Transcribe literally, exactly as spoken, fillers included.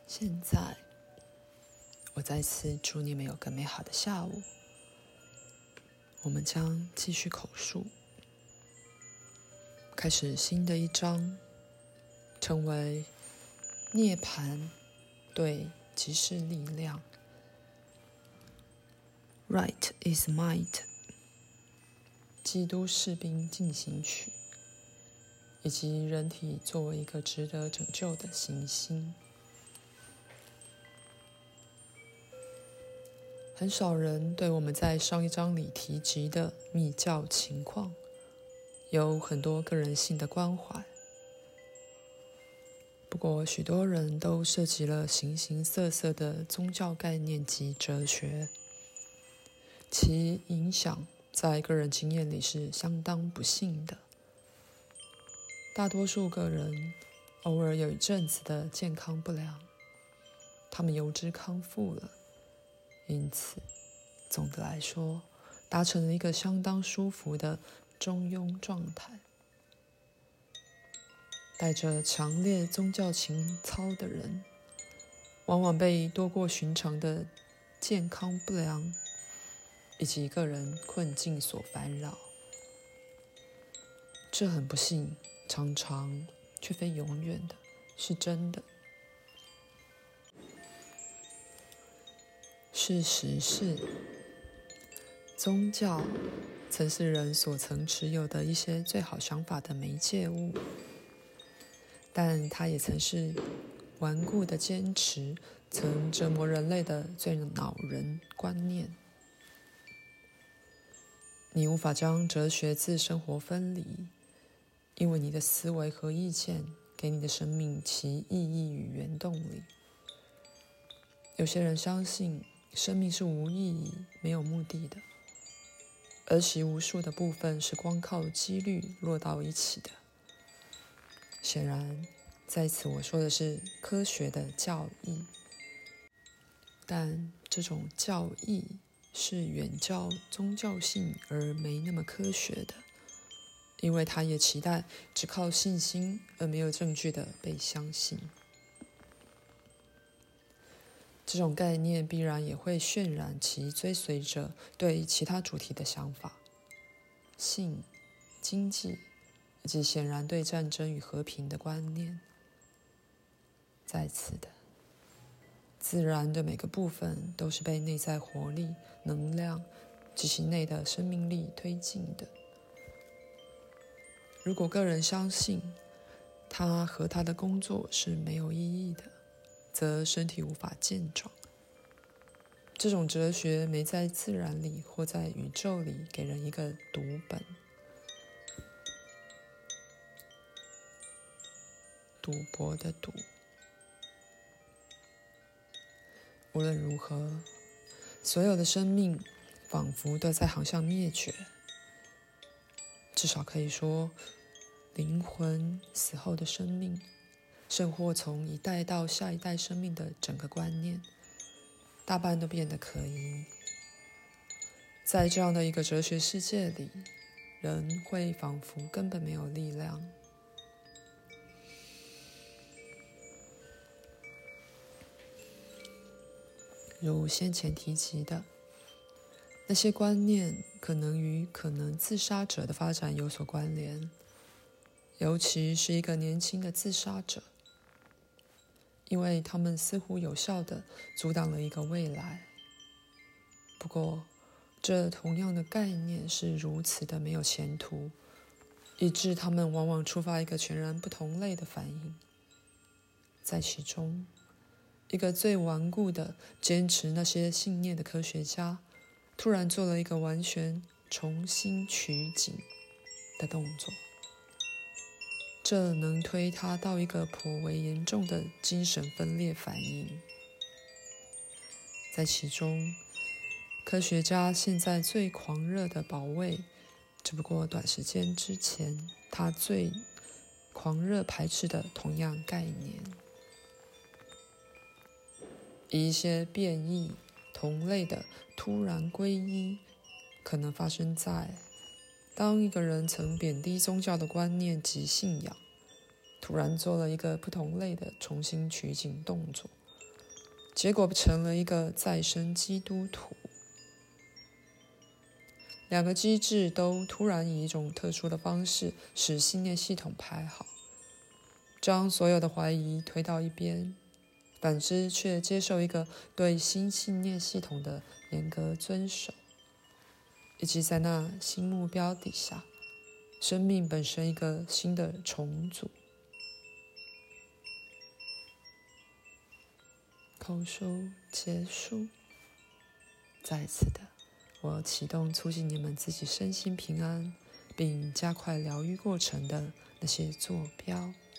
现在，我再次祝你们有个美好的下午。我们将继续口述，开始新的一章，称为涅槃对即是力量。Right is might， 基督士兵进行曲，以及人体作为一个值得拯救的行星。很少人对我们在上一章里提及的密教情况有很多个人性的关怀，不过许多人都涉及了形形色色的宗教概念及哲学，其影响在个人经验里是相当不幸的。大多数个人偶尔有一阵子的健康不良，他们由之康复了，因此总的来说达成了一个相当舒服的中庸状态。带着强烈宗教情操的人，往往被多过寻常的健康不良以及个人困境所烦扰。这很不幸，常常却非永远的，是真的。事实是，宗教曾是人所曾持有的一些最好想法的媒介物，但它也曾是顽固的坚持曾折磨人类的最恼人观念。你无法将哲学自生活分离，因为你的思维和意见给你的生命其意义与原动力。有些人相信生命是无意义、没有目的的，而其无数的部分是光靠几率落到一起的。显然，在此我说的是科学的教义，但这种教义是远较宗教性而没那么科学的，因为它也期待只靠信心而没有证据的被相信。这种概念必然也会渲染其追随者对其他主题的想法，性、经济，以及显然对战争与和平的观念。在此的，自然的每个部分都是被内在活力、能量及其内的生命力推进的。如果个人相信他和他的工作是没有意义的，则身体无法健壮。这种哲学没在自然里或在宇宙里给人一个读本。赌博的赌。无论如何，所有的生命仿佛都在航向灭绝。至少可以说，灵魂死后的生命，甚或从一代到下一代生命的整个观念，大半都变得可疑。在这样的一个哲学世界里，人会仿佛根本没有力量。如先前提及的，那些观念可能与可能自杀者的发展有所关联，尤其是一个年轻的自杀者，因为他们似乎有效地阻挡了一个未来。不过，这同样的概念是如此的没有前途，以致他们往往触发一个全然不同类的反应。在其中，一个最顽固的坚持那些信念的科学家，突然做了一个完全重新取景的动作，这能推他到一个颇为严重的精神分裂反应。在其中，科学家现在最狂热的保卫，只不过短时间之前他最狂热排斥的同样概念。以一些变异同类的突然皈依，可能发生在当一个人曾贬低宗教的观念及信仰，突然做了一个不同类的重新取景动作， 结果成了一个再生基督徒。两个机制都突然以一种特殊的方式使信念系统排好，将所有的怀疑推到一边，反之却接受一个对新信念系统的严格遵守，以及在那新目标底下，生命本身一个新的重组。口述结束。再次的，我启动促进你们自己身心平安，并加快疗愈过程的那些坐标。